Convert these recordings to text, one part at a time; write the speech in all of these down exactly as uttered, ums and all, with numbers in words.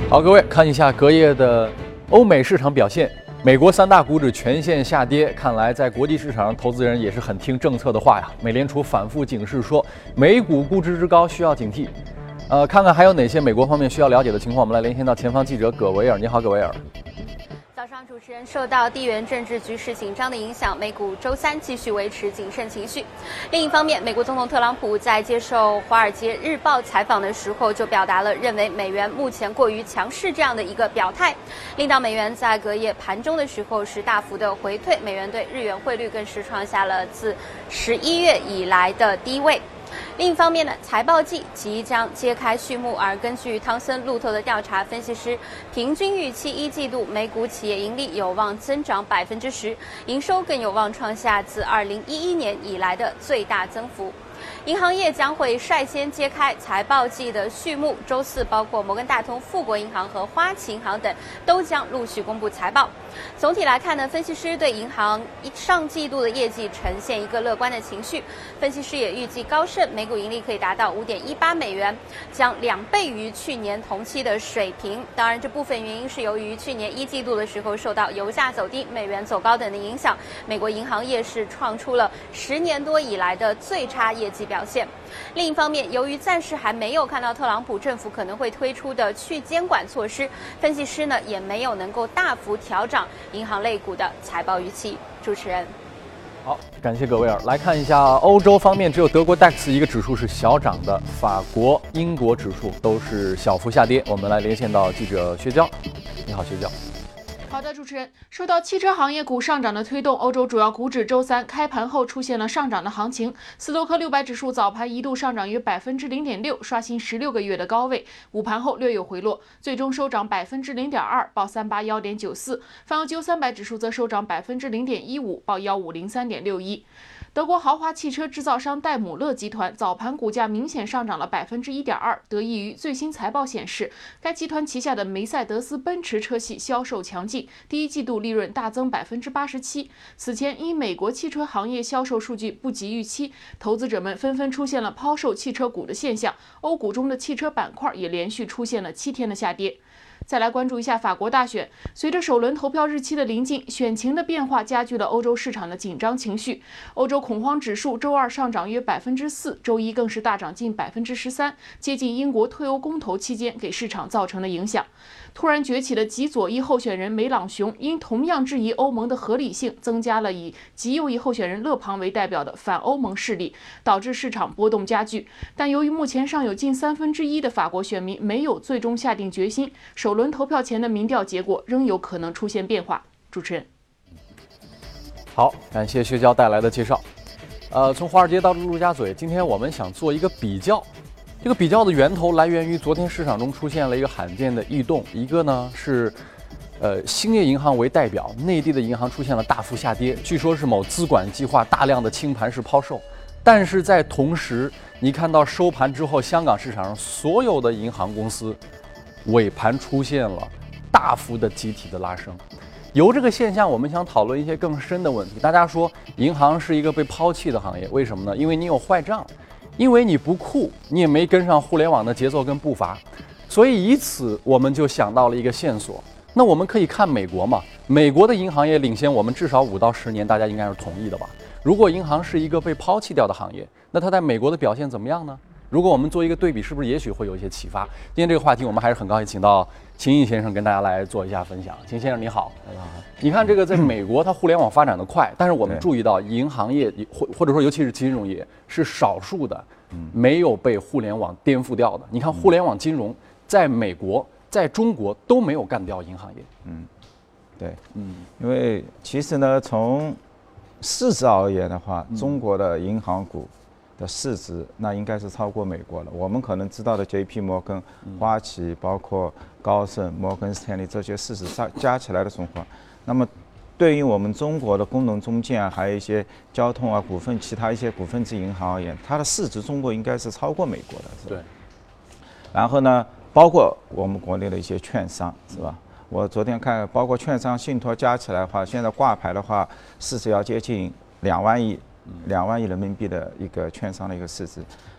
好，各位看一下隔夜的欧美市场表现。美国三大股指全线下跌，看来在国际市场上，投资人也是很听政策的话呀。美联储反复警示说，美股估值之高需要警惕。呃，看看还有哪些美国方面需要了解的情况，我们来连线到前方记者葛维尔。你好，葛维尔。 早上，主持人受到地缘政治局势紧张的影响，美股周三继续维持谨慎情绪。另一方面，美国总统特朗普在接受《华尔街日报》采访的时候，就表达了认为美元目前过于强势这样的一个表态，令到美元在隔夜盘中的时候是大幅的回退，美元对日元汇率更是创下了自十一月以来的低位。另一方面呢，财报季即将揭开序幕，而根据汤森路透的调查，分析师平均预期一季度美股企业盈利有望增长百分之十，营收更有望创下自二零一一年以来的最大增幅。银行业将会率先揭开财报季的序幕，周四包括摩根大通、富国银行和花旗银行等都将陆续公布财报。总体来看呢，分析师对银行上季度的业绩呈现一个乐观的情绪。分析师也预计高盛每股盈利可以达到五点一八美元，将两倍于去年同期的水平。当然，这部分原因是由于去年一季度的时候受到油价走低、美元走高等的影响，美国银行业是创出了十年多以来的最差业绩表现。另一方面，由于暂时还没有看到特朗普政府可能会推出的去监管措施，分析师呢也没有能够大幅调整银行类股的财报预期。主持人， 好，感谢葛维尔。来看一下欧洲方面，只有德国 D A X 一个指数是小涨的，法国、英国指数都是小幅下跌。我们来连线到记者薛娇。你好，薛娇。 好的，主持人，受到汽车行业股上涨的推动，欧洲主要股指周三开盘后出现了上涨的行情。斯托克六百指数早盘一度上涨约百分之零点六，刷新十六个月的高位，午盘后略有回落，最终收涨百分之零点二，报三八幺点九四。泛欧洲三百指数则收涨百分之零点一五，报幺五零三点六一。德国豪华汽车制造商戴姆勒集团早盘股价明显上涨了百分之一点二，得益于最新财报显示，该集团旗下的梅赛德斯奔驰车系销售强劲，第一季度利润大增百分之八十七。此前因美国汽车行业销售数据不及预期，投资者们纷纷出现了抛售汽车股的现象，欧股中的汽车板块也连续出现了七天的下跌。再来关注一下法国大选，随着首轮投票日期的临近，选情的变化加剧了欧洲市场的紧张情绪。欧洲恐慌指数周二上涨约百分之四，周一更是大涨近百分之十三，接近英国退欧公投期间给市场造成的影响。突然崛起的极左翼候选人梅朗雄因同样质疑欧盟的合理性，增加了以极右翼候选人勒庞为代表的反欧盟势力，导致市场波动加剧。但由于目前尚有近三分之一的法国选民没有最终下定决心，首轮投票前的民调结果仍有可能出现变化。主持人， 好，感谢薛娇带来的介绍。呃，从华尔街到陆家嘴，今天我们想做一个比较。这个比较的源头来源于昨天市场中出现了一个罕见的异动，一个呢是，呃，兴业银行为代表，内地的银行出现了大幅下跌，据说是某资管计划大量的清盘式抛售。但是在同时，你看到收盘之后，香港市场上所有的银行公司尾盘出现了大幅的集体的拉升。由这个现象，我们想讨论一些更深的问题。大家说，银行是一个被抛弃的行业，为什么呢？因为你有坏账。因为你不酷，你也没跟上互联网的节奏跟步伐，所以以此我们就想到了一个线索。那我们可以看美国嘛，美国的银行业领先我们至少五到十年，大家应该是同意的吧？如果银行是一个被抛弃掉的行业，那它在美国的表现怎么样呢？如果我们做一个对比，是不是也许会有一些启发？今天这个话题，我们还是很高兴请到秦毅先生跟大家来做一下分享。秦先生你好，你看这个在美国，它互联网发展的快，但是我们注意到银行业或或者说尤其是金融业是少数的没有被互联网颠覆掉的。你看互联网金融在美国、在中国都没有干掉银行业。 嗯，对，嗯，因为其实呢，从市值而言的话，中国的银行股的市值那应该是超过美国了。我们可能知道的 J P 摩根、花旗，包括高盛、摩根斯坦利这些市值加加起来的总和，那么对于我们中国的工农中建啊，还有一些交通啊、股份、其他一些股份制银行而言，它的市值中国应该是超过美国的，是吧？对。然后呢，包括我们国内的一些券商，是吧？我昨天看，包括券商、信托加起来的话，现在挂牌的话，市值要接近两万亿。两万亿人民币的一个券商的一个市值，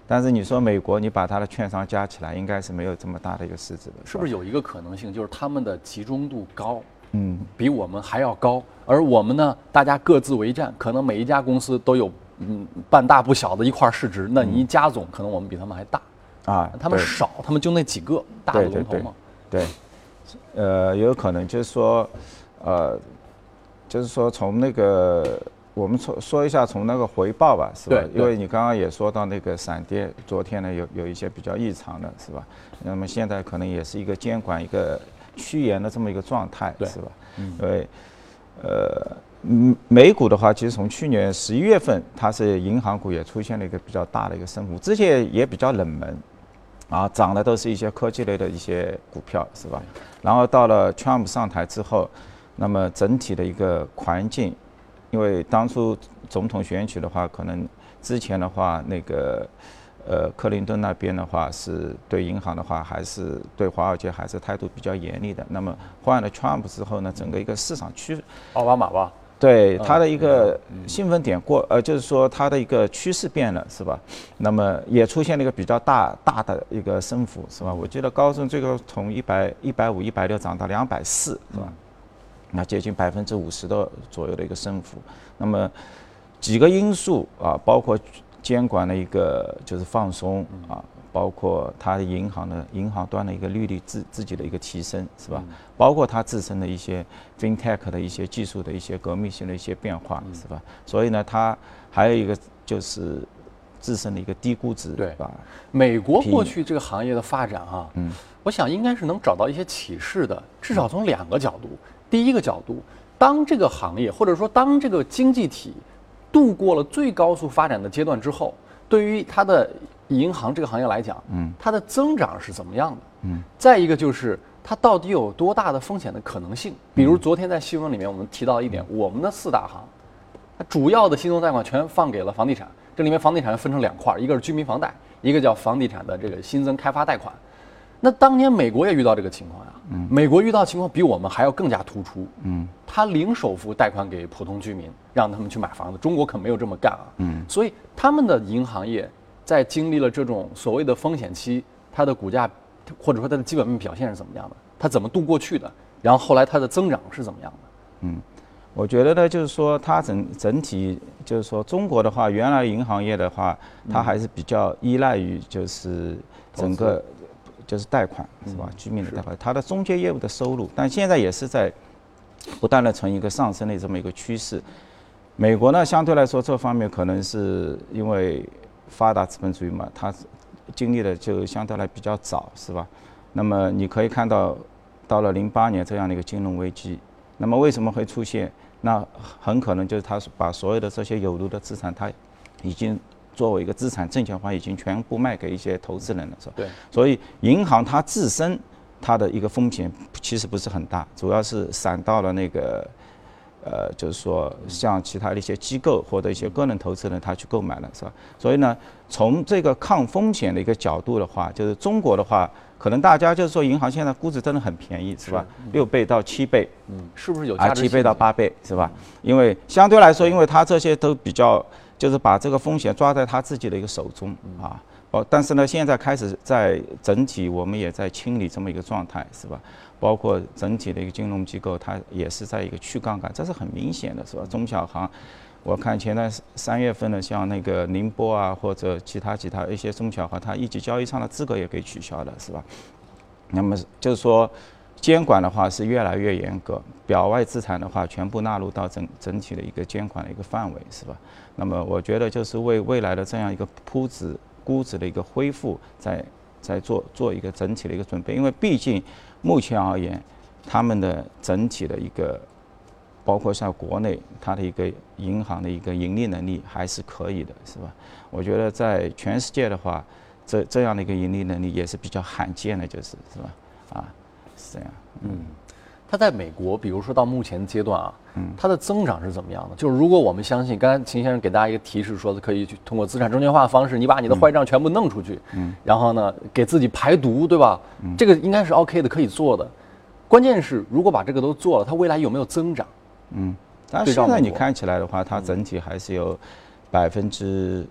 但是你说美国，你把它的券商加起来，应该是没有这么大的一个市值的。 是不是有一个可能性，就是他们的集中度高， 嗯， 比我们还要高，而我们呢，大家各自为战，可能每一家公司都有嗯半大不小的一块市值，那你一加总，可能我们比他们还大。 啊， 他们少，他们就那几个大的龙头嘛。 对，对呃，有可能就是说，呃，就是说从那个。我们说说一下从那个回报吧，是吧？因为你刚刚也说到那个闪跌，昨天呢有有一些比较异常的，是吧？那么现在可能也是一个监管一个趋严的这么一个状态，是吧？嗯、因为呃，嗯，美股的话，其实从去年十一月份，它是银行股也出现了一个比较大的一个升幅，之前也比较冷门，啊，涨的都是一些科技类的一些股票，是吧？然后到了 Trump 上台之后，那么整体的一个环境。因为当初总统选举的话，可能之前的话，那个呃克林顿那边的话是对银行的话，还是对华尔街还是态度比较严厉的。那么换了 Trump 之后呢，整个一个市场趋奥巴马吧， 对它的一个兴奋点过，呃，就是说它的一个趋势变了，是吧？那么也出现了一个比较大大的一个升幅，是吧？我记得高盛最后从一百一百五、一百六涨到两百四，是吧？那接近百分之五十的左右的一个升幅，那么几个因素啊，包括监管的一个就是放松啊，包括它的银行的银行端的一个利率自自己的一个提升，是吧？包括它自身的一些 fintech 的一些技术的一些革命性的一些变化，是吧？所以呢，它还有一个就是自身的一个低估值， 对吧？ 美国过去这个行业的发展啊， 嗯， 我想应该是能找到一些启示的，至少从两个角度。第一个角度，当这个行业或者说当这个经济体度过了最高速发展的阶段之后，对于它的银行这个行业来讲，嗯，它的增长是怎么样的？嗯，再一个就是它到底有多大的风险的可能性？比如昨天在新闻里面我们提到一点，我们的四大行，它主要的新增贷款全放给了房地产，这里面房地产分成两块，一个是居民房贷，一个叫房地产的这个新增开发贷款。那当年美国也遇到这个情况呀，嗯，美国遇到情况比我们还要更加突出，嗯，他零首付贷款给普通居民，让他们去买房子。中国可没有这么干啊，嗯，所以他们的银行业在经历了这种所谓的风险期，它的股价或者说它的基本面表现是怎么样的？它怎么度过去的？然后后来它的增长是怎么样的？ 嗯，我觉得呢，就是说它整整体就是说中国的话，原来银行业的话，它还是比较依赖于就是整个。就是贷款是吧？居民的贷款，它的中介业务的收入，但现在也是在不断的呈一个上升的这么一个趋势。美国呢，相对来说这方面可能是因为发达资本主义嘛，它经历的就相对来比较早，是吧？那么你可以看到，到了零八年这样的一个金融危机，那么为什么会出现？那很可能就是它把所有的这些有毒的资产，它已经。作为一个资产证券化，已经全部卖给一些投资人了，是吧？ 对。 所以银行它自身它的一个风险其实不是很大，主要是闪到了那个呃，就是说像其他的一些机构或者一些个人投资人他去购买了，是吧？所以呢，从这个抗风险的一个角度的话，就是中国的话，可能大家就是说银行现在估值真的很便宜，是吧？六倍到七倍， 嗯，是不是有价值？啊，七倍到八倍，是吧？因为相对来说，因为它这些都比较。就是把这个风险抓在他自己的一个手中啊，哦，但是呢，现在开始在整体我们也在清理这么一个状态，是吧？包括整体的一个金融机构，它也是在一个去杠杆，这是很明显的，是吧？中小行，我看前段三月份呢，像那个宁波啊，或者其他其他一些中小行，它一级交易商的资格也给取消了，是吧？那么就是说。监管的话是越来越严格，表外资产的话全部纳入到整整体的一个监管的一个范围，是吧？那么我觉得就是为未来的这样一个估值估值的一个恢复，在在做做一个整体的一个准备，因为毕竟目前而言，他们的整体的一个，包括像国内它的一个银行的一个盈利能力还是可以的，是吧？我觉得在全世界的话，这这样的一个盈利能力也是比较罕见的，就是是吧？啊。是这样， 嗯，它在美国，比如说到目前阶段啊，嗯，它的增长是怎么样的？就是如果我们相信，刚才秦先生给大家一个提示，说可以去通过资产证券化的方式，你把你的坏账全部弄出去，嗯，然后呢，给自己排毒，对吧？嗯，这个应该是 OK 的，可以做的。关键是，如果把这个都做了，它未来有没有增长？ 嗯，但现在你看起来的话，它整体还是有百分之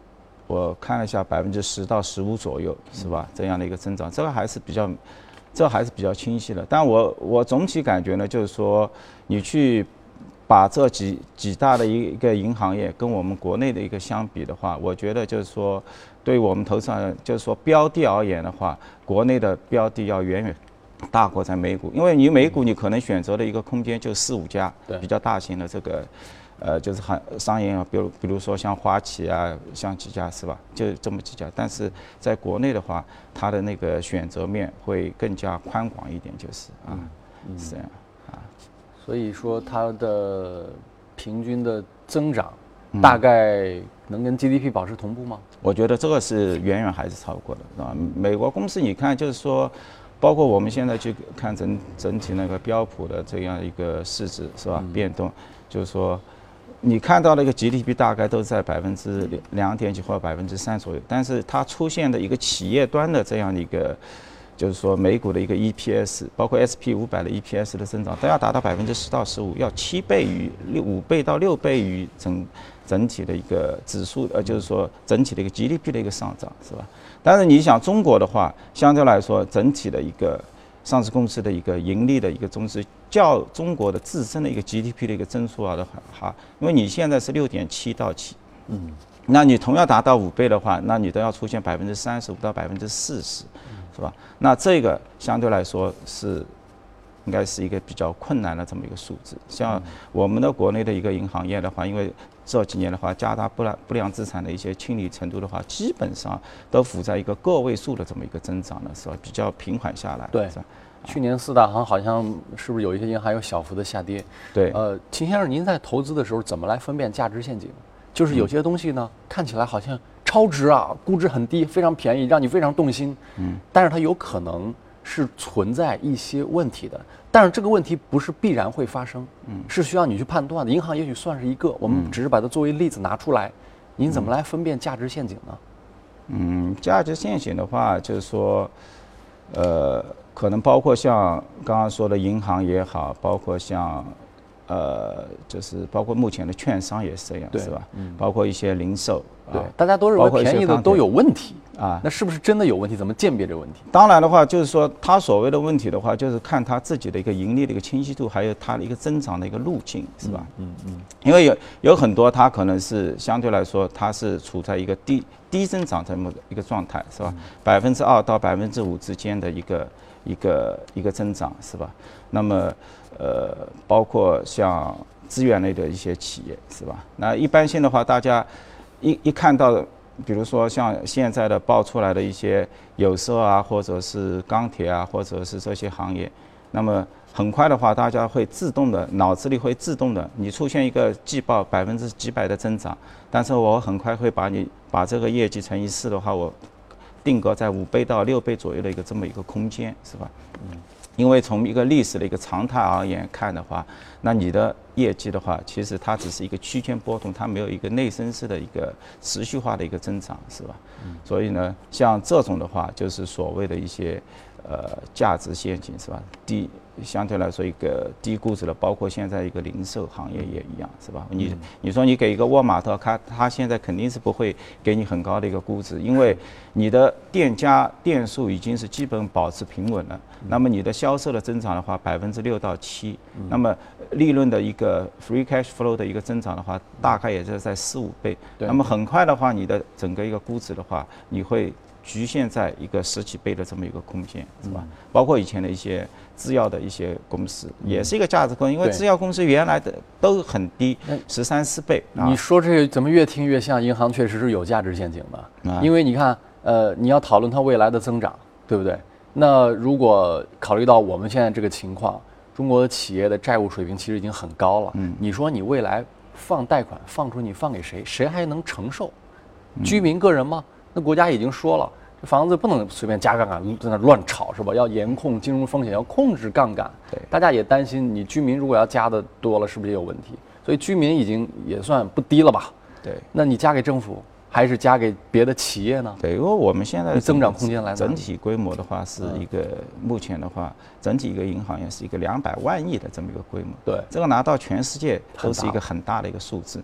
我看了一下，百分之十到十五左右，是吧？这样的一个增长，这个还是比较，这还是比较清晰的。但我我总体感觉呢，就是说你去把这几几大的一个银行业跟我们国内的一个相比的话，我觉得就是说，对我们投资人就是说标的而言的话，国内的标的要远远大过在美股，因为你美股你可能选择的一个空间就四五家比较大型的这个。呃，就是很商业啊，比如比如说像花旗啊，像几家是吧？就这么几家。但是在国内的话，它的那个选择面会更加宽广一点，就是啊，嗯、是这样啊。 所以说它的平均的增长大概能跟 G D P 保持同步吗？ 我觉得这个是远远还是超过的，是吧？美国公司你看，就是说。包括我们现在去看整整体那个标普的这样一个市值是吧？嗯、变动，就是说，你看到那个 G D P 大概都在百分之两点几或者百分之三左右，但是它出现的一个企业端的这样的一个，就是说美股的一个 E P S， 包括 S P 五百的 E P S 的增长都要达到百分之十到十五，要七倍于六五倍到六倍于整整体的一个指数，呃，就是说整体的一个 G D P 的一个上涨，是吧？但是你想中国的话，相对来说整体的一个上市公司的一个盈利的一个宗旨，较中国的自身的一个 G D P 的一个增速啊的哈，因为你现在是六点七到七，嗯，那你同样达到五倍的话，那你都要出现百分之三十五到百分之四十，是吧？那这个相对来说是应该是一个比较困难的这么一个数字。像我们的国内的一个银行业的话，因为这几年的话，加大不良不良资产的一些清理程度的话，基本上都处在一个个位数的这么一个增长的，是吧？比较平缓下来。 对，去年四大行好像是不是有一些银行有小幅的下跌？ 对。 呃，秦先生，您在投资的时候怎么来分辨价值陷阱？就是有些东西呢，看起来好像超值啊，估值很低，非常便宜，让你非常动心。嗯。但是它有可能是存在一些问题的。但是这个问题不是必然会发生，嗯，是需要你去判断的。银行也许算是一个，我们只是把它作为例子拿出来。您怎么来分辨价值陷阱呢？ 嗯，价值陷阱的话，就是说，呃，可能包括像刚刚说的银行也好，包括像，呃，就是包括目前的券商也是这样，是吧？嗯，包括一些零售， 对，大家都认为便宜的都有问题。啊，那是不是真的有问题？怎么鉴别这个问题？ 当然的话，就是说他所谓的问题的话，就是看他自己的一个盈利的一个清晰度，还有他的一个增长的一个路径，是吧？嗯 嗯, 嗯。因为有有很多他可能是相对来说，他是处在一个低低增长这么一个状态，是吧？百分之二到百分之五之间的一个一个一个增长，是吧？那么呃，包括像资源类的一些企业，是吧？那一般性的话，大家一一看到。比如说像现在的爆出来的一些有色啊，或者是钢铁啊，或者是这些行业，那么很快的话，大家会自动的脑子里会自动的，你出现一个季报百分之几百的增长，但是我很快会把你把这个业绩乘以四的话，我定格在五倍到六倍左右的一个这么一个空间，是吧？嗯。因为从一个历史的一个常态而言看的话，那你的业绩的话，其实它只是一个区间波动，它没有一个内生式的一个持续化的一个增长，是吧？嗯、所以呢，像这种的话，就是所谓的一些呃价值陷阱，是吧？低相对来说一个低估值的，包括现在一个零售行业也一样，是吧？你你说你给一个沃尔玛特，它它现在肯定是不会给你很高的一个估值，因为你的店家店数已经是基本保持平稳了。那么你的销售的增长的话，百分之六到七，那么利润的一个 free cash flow 的一个增长的话，大概也就是在四五倍。那么很快的话，你的整个一个估值的话，你会局限在一个十几倍的这么一个空间，是吧？包括以前的一些制药的一些公司，也是一个价值观，因为制药公司原来的都很低，十三四倍。 你说这个怎么越听越像银行确实是有价值陷阱的，因为你看，呃，你要讨论它未来的增长，对不对？那如果考虑到我们现在这个情况，中国的企业的债务水平其实已经很高了。嗯，你说你未来放贷款放出，你放给谁？谁还能承受？居民个人吗？那国家已经说了，这房子不能随便加杠杆，在那乱炒是吧？要严控金融风险，要控制杠杆。 对， 大家也担心你居民如果要加的多了，是不是也有问题？所以居民已经也算不低了吧？ 对， 那你加给政府？还是加给别的企业呢？ 对，因为我们现在的增长空间来整体规模的话，是一个目前的话，整体一个银行业是一个两百万亿的这么一个规模。 对， 这个拿到全世界都是一个很大的一个数字。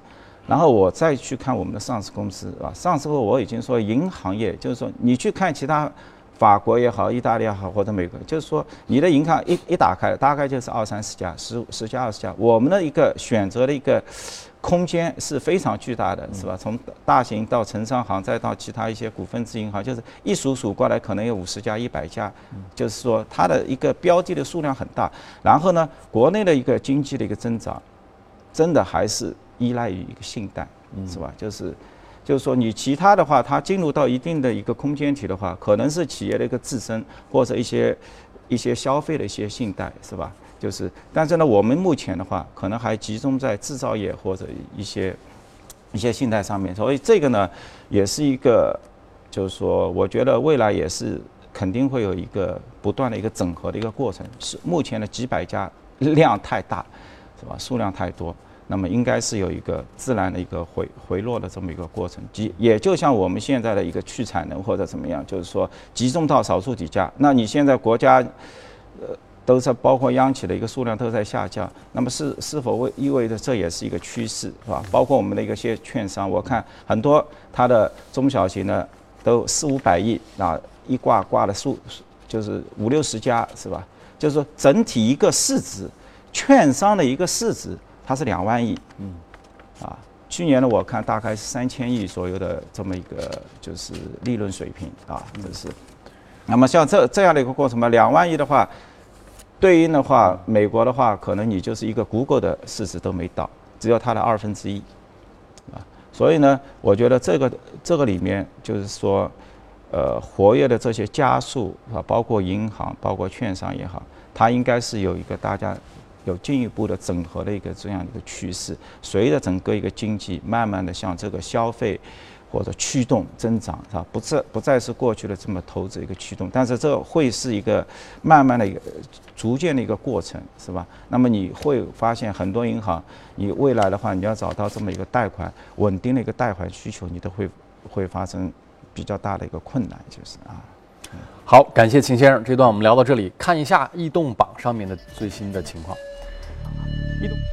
然后我再去看我们的上市公司，是吧？上市后我已经说银行业，就是说你去看其他法国也好、意大利也好或者美国，就是说你的银行一一打开，大概就是二三十家、十十家、二十家。我们的一个选择的一个空间是非常巨大的，是吧？从大型到城商行，再到其他一些股份制银行，就是一数数过来，可能有五十家、一百家，就是说它的一个标的的数量很大。然后呢，国内的一个经济的一个增长，真的还是依赖于一个信贷，是吧？就是，就是说你其他的话，它进入到一定的一个空间体的话，可能是企业的一个自身或者一些一些消费的一些信贷，是吧？就是，但是呢，我们目前的话，可能还集中在制造业或者一些一些信贷上面，所以这个呢，也是一个，就是说，我觉得未来也是肯定会有一个不断的一个整合的一个过程。是目前的几百家量太大，是吧？数量太多。那么应该是有一个自然的一个回回落的这么一个过程，即也就像我们现在的一个去产能或者怎么样，就是说集中到少数几家。那你现在国家，呃，都是包括央企的一个数量都在下降，那么是是否意味着这也是一个趋势，是吧？包括我们的一个些券商，我看很多它的中小型的都四五百亿啊，一挂挂的数就是五六十家，是吧？就是说整体一个市值，券商的一个市值。它是两万亿，嗯，啊，去年呢，我看大概是三千亿左右的这么一个就是利润水平啊，这是。那么像这这样的一个过程嘛，两万亿的话，对应的话，美国的话，可能你就是一个 Google 的市值都没到，只有它的二分之一，啊，所以呢，我觉得这个这个里面就是说，呃，活跃的这些加速啊，包括银行，包括券商也好，它应该是有一个大家。有进一步的整合的一个这样一个趋势，随着整个一个经济慢慢的向这个消费或者驱动增长，是吧？不再不再是过去的这么投资一个驱动，但是这会是一个慢慢的一个逐渐的一个过程，是吧？那么你会发现很多银行，你未来的话，你要找到这么一个贷款稳定的一个贷款需求，你都会会发生比较大的一个困难，就是啊。 好，感谢秦先生，这段我们聊到这里，看一下异动榜上面的最新的情况。移动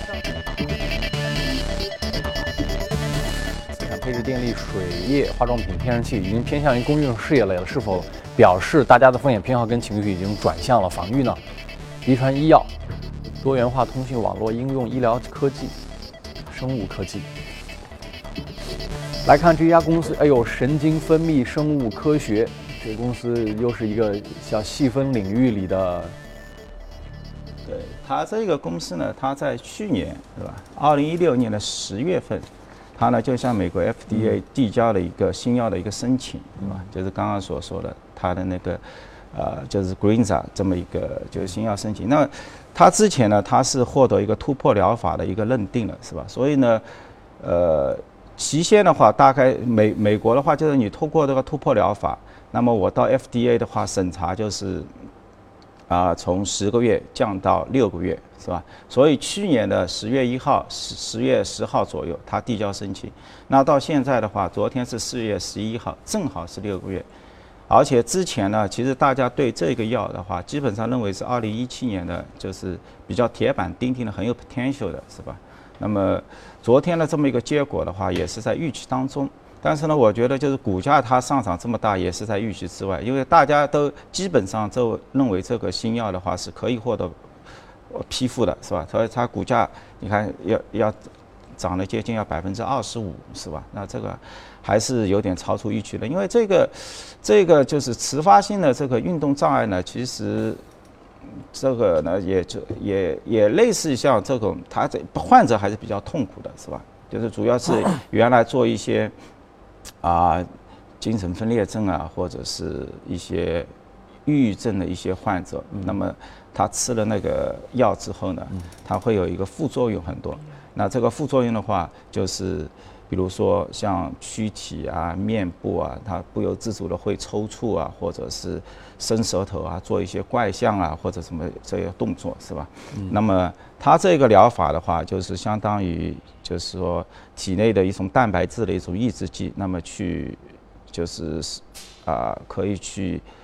配置电力、水业、化妆品、天然气已经偏向于公用事业类了，是否表示大家的风险偏好跟情绪已经转向了防御呢？遗传医药、多元化通讯网络应用、医疗科技、生物科技。来看这家公司，哎呦，神经分泌生物科学，这个公司又是一个小细分领域里的。 对，它这个公司呢，它在去年是吧，二零一六年的十月份，它呢就向美国 F D A 递交了一个新药的一个申请，是吧？就是刚刚所说的它的那个呃，就是 Greenza 这么一个就是新药申请。那它之前呢，它是获得一个突破疗法的一个认定了，是吧？所以呢，呃，期限的话，大概美美国的话，就是你通过这个突破疗法，那么我到 F D A 的话审查就是。啊，从十个月降到六个月，是吧？所以去年的十月一号、十十月十号左右，他递交申请。那到现在的话，昨天是四月十一号，正好是六个月。而且之前呢，其实大家对这个药的话，基本上认为是二零一七年的，就是比较铁板钉钉的，很有 potential 的，是吧？那么昨天的这么一个结果的话，也是在预期当中。但是呢，我觉得就是股价它上涨这么大，也是在预期之外，因为大家都基本上就认为这个新药的话是可以获得批复的，是吧？所以它股价你看要要涨了接近要百分之二十五，是吧？那这个还是有点超出预期的，因为这个这个就是迟发性的这个运动障碍呢，其实这个呢也就也也类似像这种，他这患者还是比较痛苦的，是吧？就是主要是原来做一些。啊，精神分裂症啊，或者是一些抑郁症的一些患者，嗯、那么他吃了那个药之后呢，嗯、他会有一个副作用很多。那这个副作用的话，就是比如说像躯体啊、面部啊，它不由自主的会抽搐啊，或者是伸舌头啊，做一些怪象啊，或者什么这些动作，是吧？嗯、那么它这个疗法的话，就是相当于。就是说，体内的一种蛋白质的一种抑制剂，那么去就是啊、呃，可以去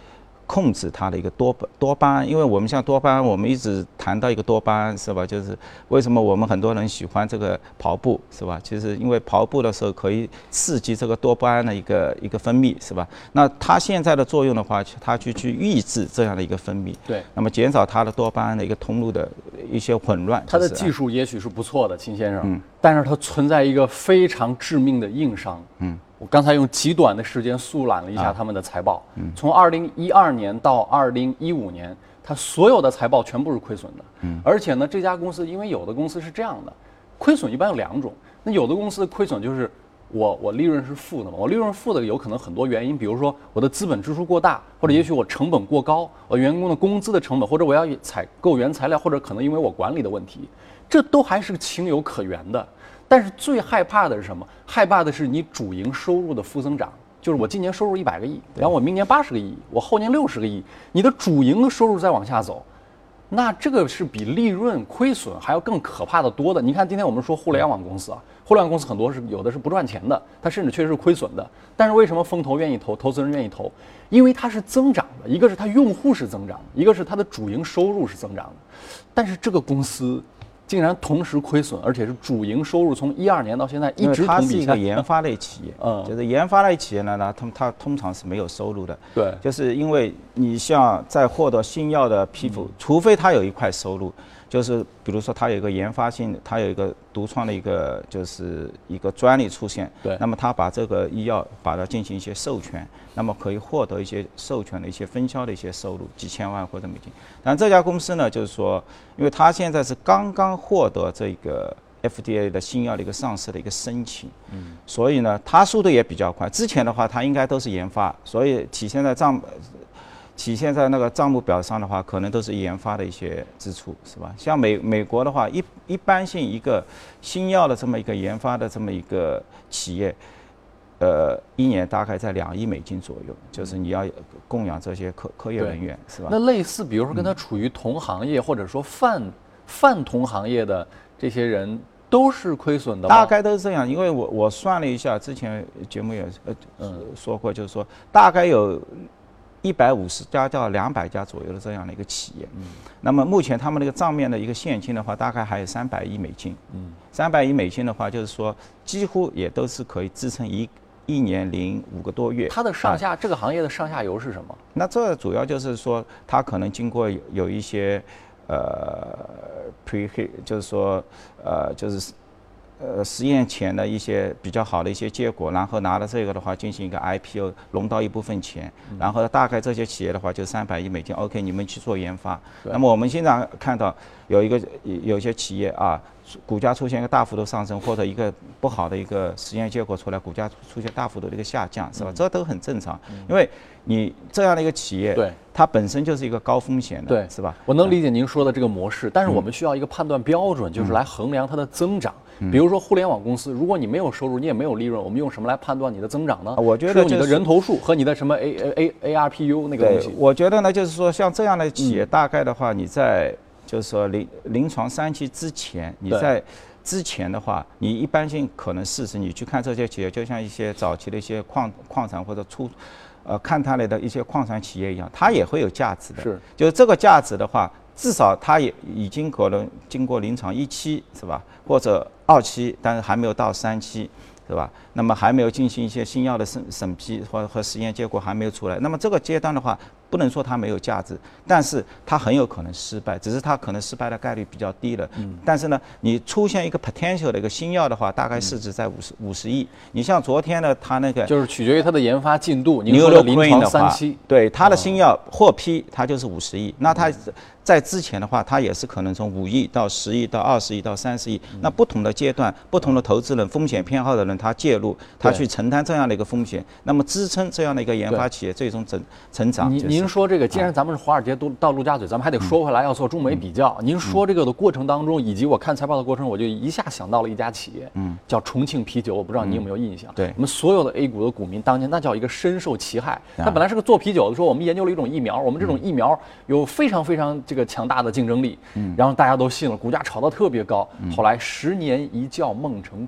控制它的一个多巴多巴胺，因为我们像多巴胺，我们一直谈到一个多巴胺是吧？就是为什么我们很多人喜欢这个跑步是吧？其实因为跑步的时候可以刺激这个多巴胺的一个一个分泌是吧？那它现在的作用的话，它去去抑制这样的一个分泌， 对， 那么减少它的多巴胺的一个通路的一些混乱。 它的技术也许是不错的，秦先生， 嗯， 但是它存在一个非常致命的硬伤， 嗯。 我刚才用极短的时间速览了一下他们的财报， 嗯、 从二零一二年到二零一五年，它所有的财报全部是亏损的。嗯、而且呢，这家公司因为有的公司是这样的，亏损一般有两种，那有的公司的亏损就是我我利润是负的嘛，我利润负的有可能很多原因，比如说我的资本支出过大，或者也许我成本过高，我员工的工资的成本，或者我要采购原材料，或者可能因为我管理的问题，这都还是情有可原的。但是最害怕的是什么？害怕的是你主营收入的负增长，就是我今年收入一百个亿，然后我明年八十个亿，我后年六十个亿，你的主营的收入再往下走，那这个是比利润亏损还要更可怕的多的。你看今天我们说互联网公司啊，互联网公司很多是有的是不赚钱的，它甚至确实是亏损的，但是为什么风投愿意投，投资人愿意投？因为它是增长的，一个是它用户是增长，一个是它的主营收入是增长的，但是这个公司竟然同时亏损，而且是主营收入从一二年到现在一直同比下。 它是一个研发类企业， 嗯， 就是研发类企业呢，它它通常是没有收入的。 对， 就是因为你像在获得新药的批复，嗯、除非它有一块收入，就是比如说它有一个研发性，它有一个独创的一个就是一个专利出现， 对， 那么它把这个医药把它进行一些授权，那么可以获得一些授权的一些分销的一些收入，几千万或者美金。但这家公司呢，就是说，因为它现在是刚刚获得这个 F D A 的新药的一个上市的一个申请，嗯，所以呢，它速度也比较快。之前的话，它应该都是研发，所以体现在账。体现在那个账目表上的话，可能都是研发的一些支出，是吧？像美美国的话，一一般性一个新药的这么一个研发的这么一个企业，呃，一年大概在两亿美金左右，就是你要供养这些科科研人员，是吧？ 那类似，比如说跟他处于同行业，嗯、或者说泛泛同行业的这些人，都是亏损的吗？ 大概都是这样，因为我我算了一下，之前节目也呃嗯说过，就是说大概有一百五十家到两百家左右的这样的一个企业，嗯，那么目前他们那个账面的一个现金的话，大概还有三百亿美金，嗯，三百亿美金的话，就是说几乎也都是可以支撑一一年零五个多月。 它的上下、啊、这个行业的上下游是什么？ 那这主要就是说，它可能经过有有一些呃 pre 就是说呃就是呃实验前的一些比较好的一些结果，然后拿了这个的话进行一个 I P O 融到一部分钱，嗯、然后大概这些企业的话就三百亿美金 ，OK 你们去做研发。那么我们经常看到有一个有些企业啊，股价出现一个大幅度上升，或者一个不好的一个实验结果出来，股价出现大幅度的一个下降，是吧？嗯、这都很正常，嗯、因为你这样的一个企业， 对， 它本身就是一个高风险的， 对， 是吧？ 我能理解您说的这个模式，但是我们需要一个判断标准，嗯、就是来衡量它的增长。嗯、比如说互联网公司，如果你没有收入，你也没有利润，我们用什么来判断你的增长呢？ 我觉得、就是、 是用你的人头数和你的什么 A A A R P U 那个东西。 我觉得呢，就是说像这样的企业，大概的话，你在就是说临临床三期之前，你在之前的话，你一般性可能事实你去看这些企业，就像一些早期的一些矿矿产或者出。呃，看它来的一些矿产企业一样，它也会有价值的。 是， 就是这个价值的话，至少它也已经可能经过临床一期，是吧？或者二期，但是还没有到三期，是吧？那么还没有进行一些新药的审审批或和实验结果还没有出来。那么这个阶段的话，不能说它没有价值，但是它很有可能失败，只是它可能失败的概率比较低了。嗯。但是呢，你出现一个 potential 的一个新药的话，大概市值在五十五十亿。你像昨天呢，它那个就是取决于它的研发进度。您说的临床三期， 对它的新药获批，它就是五十亿。那它在之前的话，它也是可能从五亿到十亿到二十亿到三十亿。那不同的阶段，不同的投资人、风险偏好的人，他介入，他去承担这样的一个风险，那么支撑这样的一个研发企业最终成成长。 您您说这个，既然咱们是华尔街都到陆家嘴，咱们还得说回来要做中美比较。您说这个的过程当中，以及我看财报的过程，我就一下想到了一家企业，嗯，叫重庆啤酒，我不知道你有没有印象？ 对， 我们所有的 A 股的股民当年那叫一个深受其害。它本来是个做啤酒的，说我们研究了一种疫苗，我们这种疫苗有非常非常这个强大的竞争力，嗯，然后大家都信了，股价炒到特别高。后来十年一觉梦成空。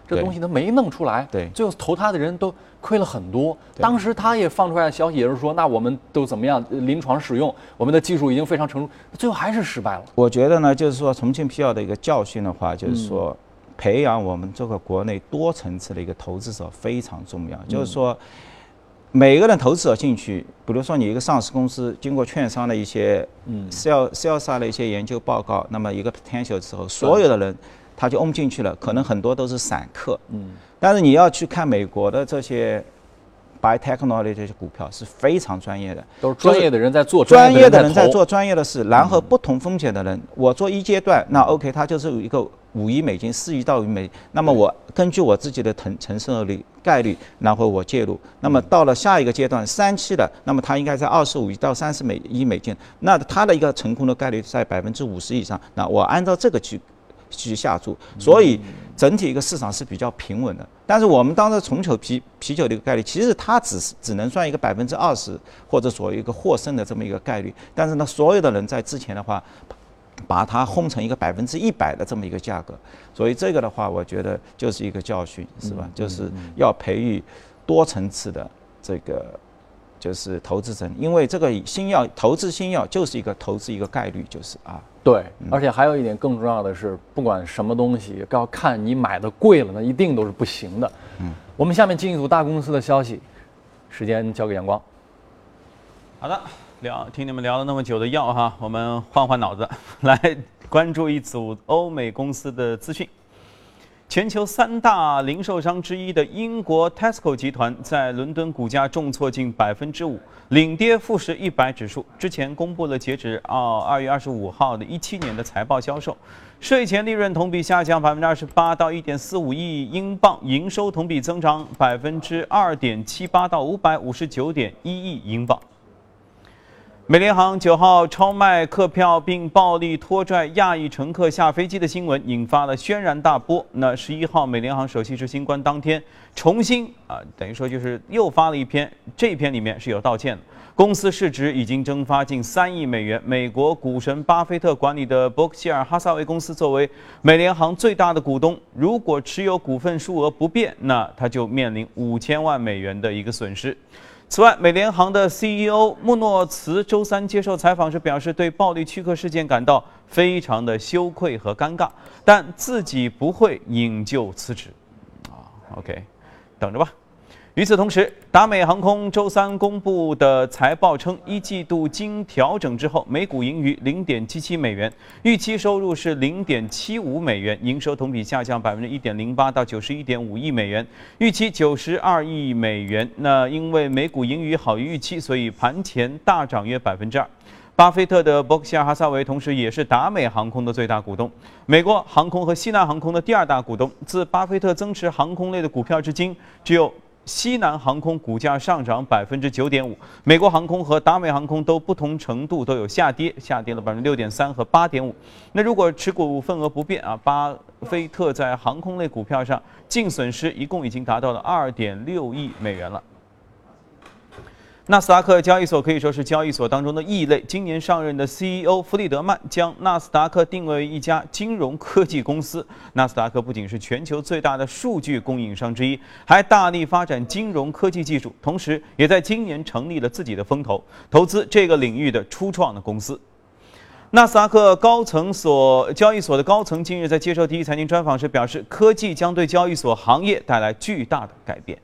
这东西他没弄出来， 对， 最后投他的人都亏了很多。当时他也放出来的消息也是说，那我们都怎么样，临床使用，我们的技术已经非常成熟，最后还是失败了。 我觉得呢，就是说重庆皮药的一个教训的话，就是说。嗯培养我们这个国内多层次的一个投资者非常重要，嗯、就是说，每个人投资者进去，比如说你一个上市公司经过券商的一些嗯 sell sell 上的一些研究报告，那么一个 potential 之后，所有的人他就 own 进去了，可能很多都是散客，嗯，但是你要去看美国的这些 biotechnology 这些股票是非常专业的， 都是专业的人在做， 专业的人在做专业的事，然后不同风险的人，我做一阶段，那 OK， 他就是有一个。五亿美金，四亿到五亿美金，那么我根据我自己的承承受率概率，然后我介入。那么到了下一个阶段，三期的，那么它应该在二十五亿到三十美亿美金，那它的一个成功的概率在百分之五十以上。那我按照这个去去下注，所以整体一个市场是比较平稳的。但是我们当时重球啤啤酒的一个概率，其实它只是只能算一个百分之二十或者所谓一个获胜的这么一个概率。但是呢，所有的人在之前的话。把它烘成一个百分之一百的这么一个价格，所以这个的话，我觉得就是一个教训，是吧？就是要培育多层次的这个就是投资者，因为这个新药投资新药就是一个投资一个概率，就是啊。 对，而且还有一点更重要的是，不管什么东西，要看你买的贵了，那一定都是不行的。嗯，我们下面进一组大公司的消息，时间交给阳光。 好的。聊听你们聊了那么久的药哈，我们换换脑子，来关注一组欧美公司的资讯。全球三大零售商之一的英国 Tesco 集团在伦敦股价重挫近百分之五，领跌富时一百指数。之前公布了截止到二月二十五号的一七年的财报销售，税前利润同比下降百分之二十八到一点四五亿英镑，营收同比增长百分之二点七八到五百五十九点一亿英镑。美联航九号超卖客票并暴力拖拽亚裔乘客下飞机的新闻引发了轩然大波。那十一号，美联航首席执行官当天重新啊，等于说就是又发了一篇，这篇里面是有道歉的。公司市值已经蒸发近三亿美元。美国股神巴菲特管理的伯克希尔哈撒韦公司作为美联航最大的股东，如果持有股份数额不变，那他就面临五千万美元的一个损失。此外，美联航的 C E O 穆诺茨周三接受采访时表示，对暴力驱客事件感到非常的羞愧和尴尬，但自己不会引咎辞职。啊 ，OK， 等着吧。与此同时，达美航空周三公布的财报称，一季度经调整之后，每股盈余零点七七美元，预期收入是零点七五美元，营收同比下降百分之一点零八到九十一点五亿美元，预期九十二亿美元。那因为每股盈余好于预期，所以盘前大涨约百分之二。巴菲特的伯克希尔哈撒韦同时也是达美航空的最大股东，美国航空和西南航空的第二大股东。自巴菲特增持航空类的股票至今，只有西南航空股价上涨百分之九点五，美国航空和达美航空都不同程度都有下跌，下跌了百分之六点三和八点五。那如果持股份额不变啊，巴菲特在航空类股票上净损失一共已经达到了二点六亿美元了。纳斯达克交易所可以说是交易所当中的异类。今年上任的 C E O 弗里德曼将纳斯达克定位为一家金融科技公司。纳斯达克不仅是全球最大的数据供应商之一，还大力发展金融科技技术，同时也在今年成立了自己的风投，投资这个领域的初创的公司。纳斯达克高层所交易所的高层近日在接受第一财经专访时表示，科技将对交易所行业带来巨大的改变。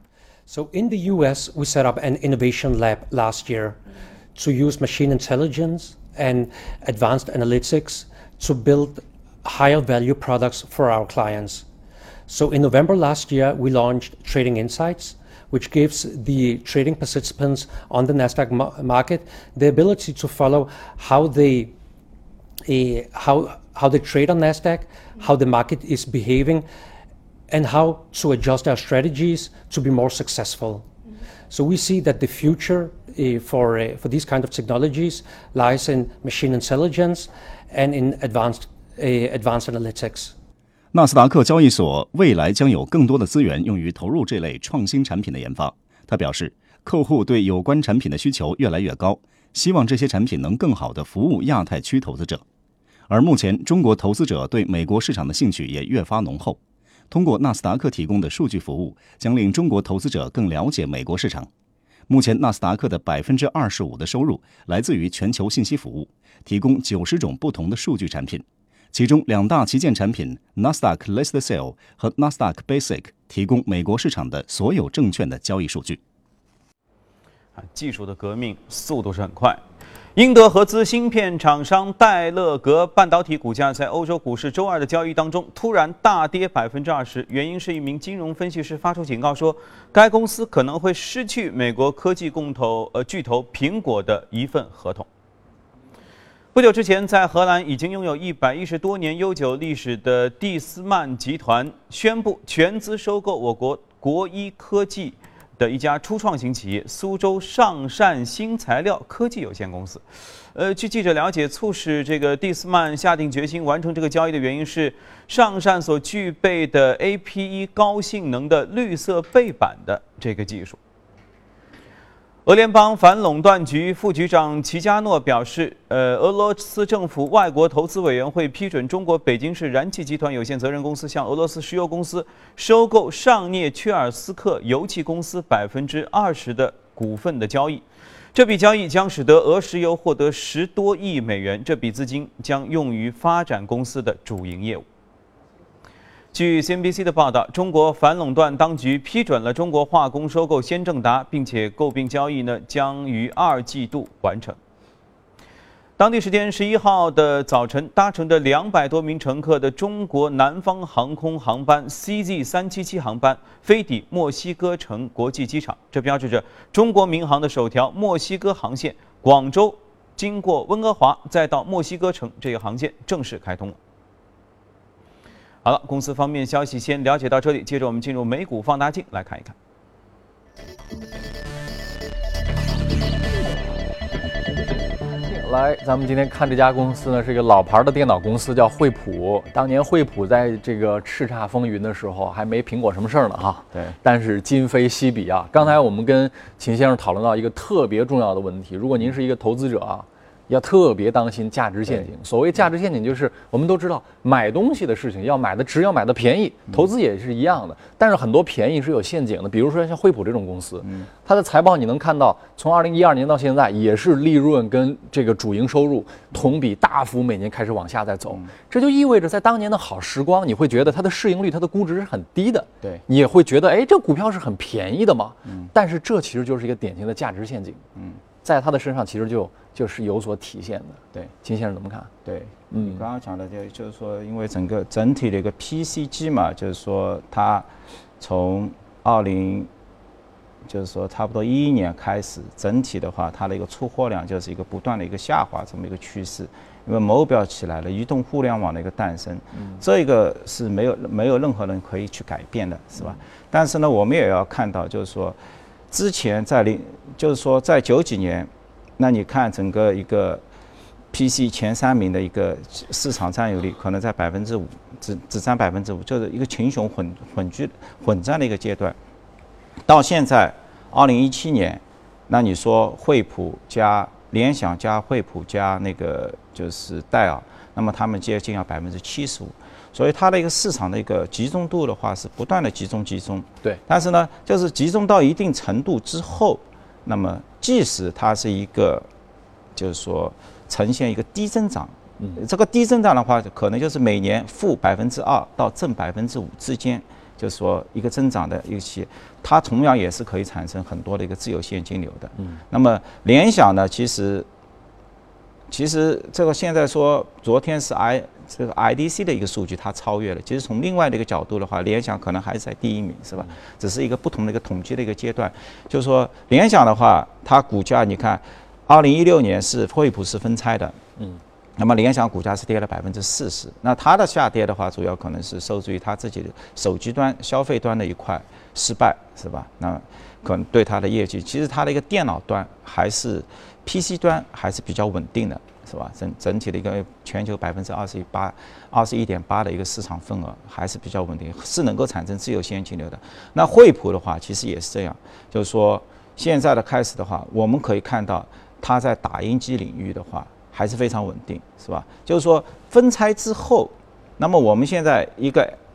So in the U S, we set up an innovation lab last year to use machine intelligence and advanced analytics to build higher value products for our clients. So in November last year, we launched Trading Insights, which gives the trading participants on the NASDAQ market the ability to follow how they, uh, how, how they trade on NASDAQ, how the market is behaving, and how to adjust our strategies to be more successful. So we see that the future uh, for, uh, for these kind of technologies lies in machine intelligence and in advanced, uh, advanced analytics. 纳斯达克交易所未来将有更多的资源用于投入这类创新产品的研发。他表示，客户对有关产品的需求越来越高，希望这些产品能更好地服务亚太区投资者。而目前，中国投资者对美国市场的兴趣也越发浓厚。 通过纳斯达克提供的数据服务，将令中国投资者更了解美国市场。目前，纳斯达克的百分之二十五的收入来自于全球信息服务，提供九十种不同的数据产品。其中两大旗舰产品 Nasdaq Listed Sale 和 Nasdaq Basic 提供美国市场的所有证券的交易数据。 技术的革命速度是很快。英德合资芯片厂商戴勒格半导体股价在欧洲股市周二的交易当中突然大跌百分之二十，原因是一名金融分析师发出警告说，该公司可能会失去美国科技共投呃巨头苹果的一份合同。不久之前，在荷兰已经拥有一百一十多年悠久历史的蒂斯曼集团宣布全资收购我国国医科技的一家初创型企业苏州上善新材料科技有限公司。呃，据记者了解，促使这个蒂斯曼下定决心完成这个交易的原因是上善所具备的 A P E 高性能的绿色背板的这个技术。俄联邦反垄断局副局长齐加诺表示，呃，俄罗斯政府外国投资委员会批准中国北京市燃气集团有限责任公司向俄罗斯石油公司收购上涅切尔斯克油气公司百分之二十的股份的交易。这笔交易将使得俄石油获得十多亿美元，这笔资金将用于发展公司的主营业务。据 C N B C 的报道，中国反垄断当局批准了中国化工收购先正达，并且购并交易呢将于二季度完成。当地时间十一号的早晨，搭乘着两百多名乘客的中国南方航空航班 C Z 三七七航班飞抵墨西哥城国际机场，这标志着中国民航的首条墨西哥航线广州经过温哥华再到墨西哥城这个航线正式开通了。好了，公司方面消息先了解到这里，接着我们进入美股放大镜来看一看。 来，咱们今天看这家公司呢，是一个老牌的电脑公司，叫惠普。当年惠普在这个叱咤风云的时候，还没苹果什么事儿呢哈。 对。 但是今非昔比啊！刚才我们跟秦先生讨论到一个特别重要的问题，如果您是一个投资者啊，要特别当心价值陷阱。所谓价值陷阱，就是我们都知道，买东西的事情要买的值，要买的便宜，投资也是一样的。但是很多便宜是有陷阱的，比如说像惠普这种公司，它的财报你能看到，从二零一二年到现在，也是利润跟这个主营收入同比大幅每年开始往下在走。这就意味着在当年的好时光，你会觉得它的市盈率、它的估值是很低的， 对， 你也会觉得，哎，这股票是很便宜的嘛。但是这其实就是一个典型的价值陷阱。嗯。在他的身上其实就就是有所体现的。 对， 金先生怎么看？ 对，嗯，你刚刚讲的就就是说，因为整个整体的一个 P C 机嘛，就是说它从二零就是说差不多一一年开始，整体的话，它的一个出货量就是一个不断的一个下滑这么一个趋势。因为目标起来了，移动互联网的一个诞生，嗯、这个是没有没有任何人可以去改变的，是吧？嗯、但是呢，我们也要看到，就是说。之前在零，就是说在九几年，那你看整个一个 P C 前三名的一个市场占有率，可能在百分之五，只只占百分之五，就是一个群雄混混居混战的一个阶段。到现在二零一七年，那你说惠普加联想加惠普加那个就是戴尔，那么他们接近要百分之七十五。所以它的一个市场的一个集中度的话是不断的集中集中， 对。 但是呢，就是集中到一定程度之后，那么即使它是一个，就是说呈现一个低增长，嗯，这个低增长的话，可能就是每年负百分之二到正百分之五之间，就是说一个增长的一个企业，它同样也是可以产生很多的一个自由现金流的。嗯。那么联想呢，其实，其实这个现在说，昨天是 I。这个 I D C 的一个数据，它超越了。其实从另外的一个角度的话，联想可能还是在第一名，是吧？只是一个不同的一个统计的一个阶段。就是说，联想的话，它股价你看，二零一六年是惠普是分拆的，嗯，那么联想股价是跌了百分之四十。那它的下跌的话，主要可能是受制于它自己的手机端、消费端的一块失败，是吧？那可能对它的业绩，其实它的一个电脑端还是 P C 端还是比较稳定的。是吧？整整体的一个全球百分之二十一八、二十一点八的一个市场份额还是比较稳定，是能够产生自由现金流的。那惠普的话，其实也是这样，就是说现在的开始的话，我们可以看到它在打印机领域的话还是非常稳定，是吧？就是说分拆之后，那么我们现在一个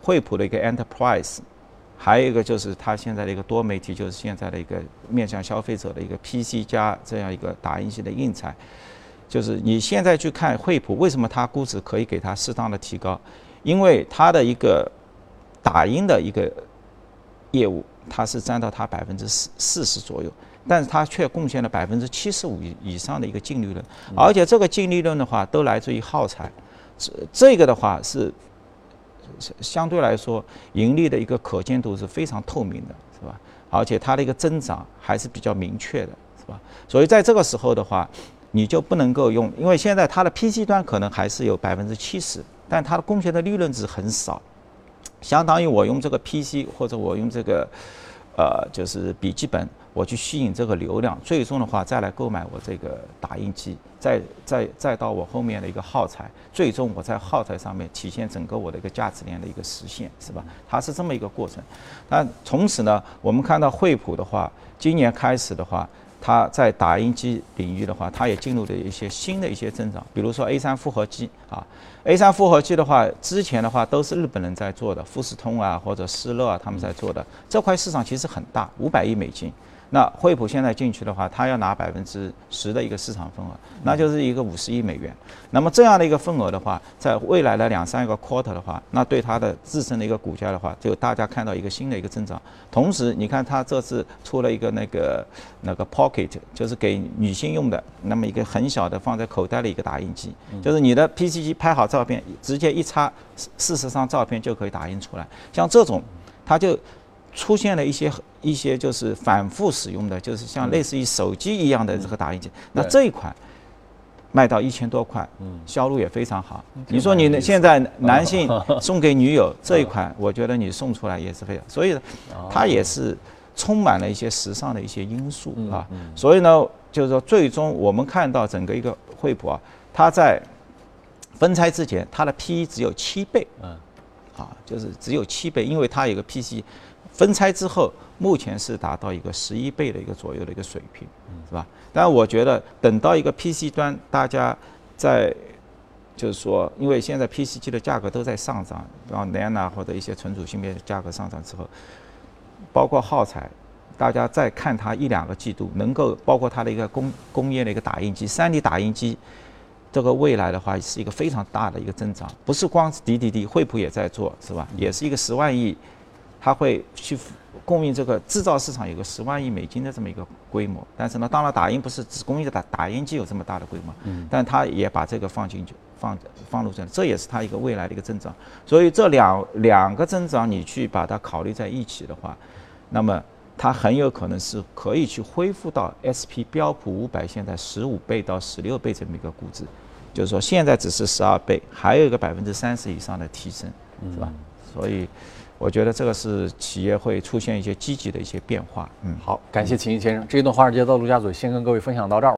惠普的一个 Enterprise， 还有一个就是它现在的一个多媒体，就是现在的一个面向消费者的一个 P C 加这样一个打印机的印材。就是你现在去看惠普，为什么它估值可以给它适当的提高？因为它的一个打印的一个业务，它是占到它百分之四四十左右，但是它却贡献了百分之七十五以上的一个净利润，而且这个净利润的话都来自于耗材，这个的话是相对来说盈利的一个可见度是非常透明的，是吧？而且它的一个增长还是比较明确的，是吧？所以在这个时候的话，你就不能够用，因为现在它的 P C 端可能还是有百分之七十，但它的贡献的利润值很少，相当于我用这个 P C 或者我用这个呃就是笔记本，我去吸引这个流量，最终的话再来购买我这个打印机，再再再到我后面的一个耗材，最终我在耗材上面体现整个我的一个价值链的一个实现，是吧？它是这么一个过程。但从此呢，我们看到惠普的话，今年开始的话，它在打印机领域的话，它也进入了一些新的一些增长，比如说 A 三 复合机啊 ，A 三 复合机的话，之前的话都是日本人在做的，富士通啊或者施乐啊他们在做的，这块市场其实很大，五百亿美金。那惠普现在进去的话，它要拿百分之十的一个市场份额，那就是一个五十亿美元。那么这样的一个份额的话，在未来的两三个 quarter 的话，那对它的自身的一个股价的话，就大家看到一个新的一个增长。同时，你看它这次出了一个那个那个 pocket， 就是给女性用的，那么一个很小的放在口袋的一个打印机，就是你的 P C 机拍好照片，直接一插四十张照片就可以打印出来。像这种，它就出现了一些一些就是反复使用的，就是像类似于手机一样的这个打印机。那这一款卖到一千多块，销路也非常好。你说你现在男性送给女友这一款，我觉得你送出来也是非常，所以它也是充满了一些时尚的一些因素啊。所以呢，就是说最终我们看到整个一个惠普啊，它在分拆之前，它的 P E 只有七倍，啊，就是只有七倍，因为它有个 P C。分拆之后，目前是达到一个十一倍的一个左右的一个水平，是吧？但我觉得等到一个 P C 端，大家在就是说，因为现在 P C 机的价格都在上涨，然后 N A N D 或者一些存储芯片价格上涨之后，包括耗材，大家再看它一两个季度，能够包括它的一个工工业的一个打印机，三 D 打印机。这个未来的话是一个非常大的一个增长，不是光是 D D D， 惠普也在做，是吧？也是一个十万亿。它会去供应这个制造市场有个十万亿美金的这么一个规模，但是呢，当然打印不是只供应打打印机有这么大的规模，嗯，但它也把这个放进去放放入这，这也是它一个未来的一个增长。所以这两两个增长你去把它考虑在一起的话，那么它很有可能是可以去恢复到 S P 标普五百现在十五倍到十六倍这么一个估值，就是说现在只是十二倍，还有一个百分之三十以上的提升，是吧？所以。我觉得这个是企业会出现一些积极的一些变化。 嗯，好，感谢秦毅先生。这一段华尔街到陆家嘴先跟各位分享到这儿。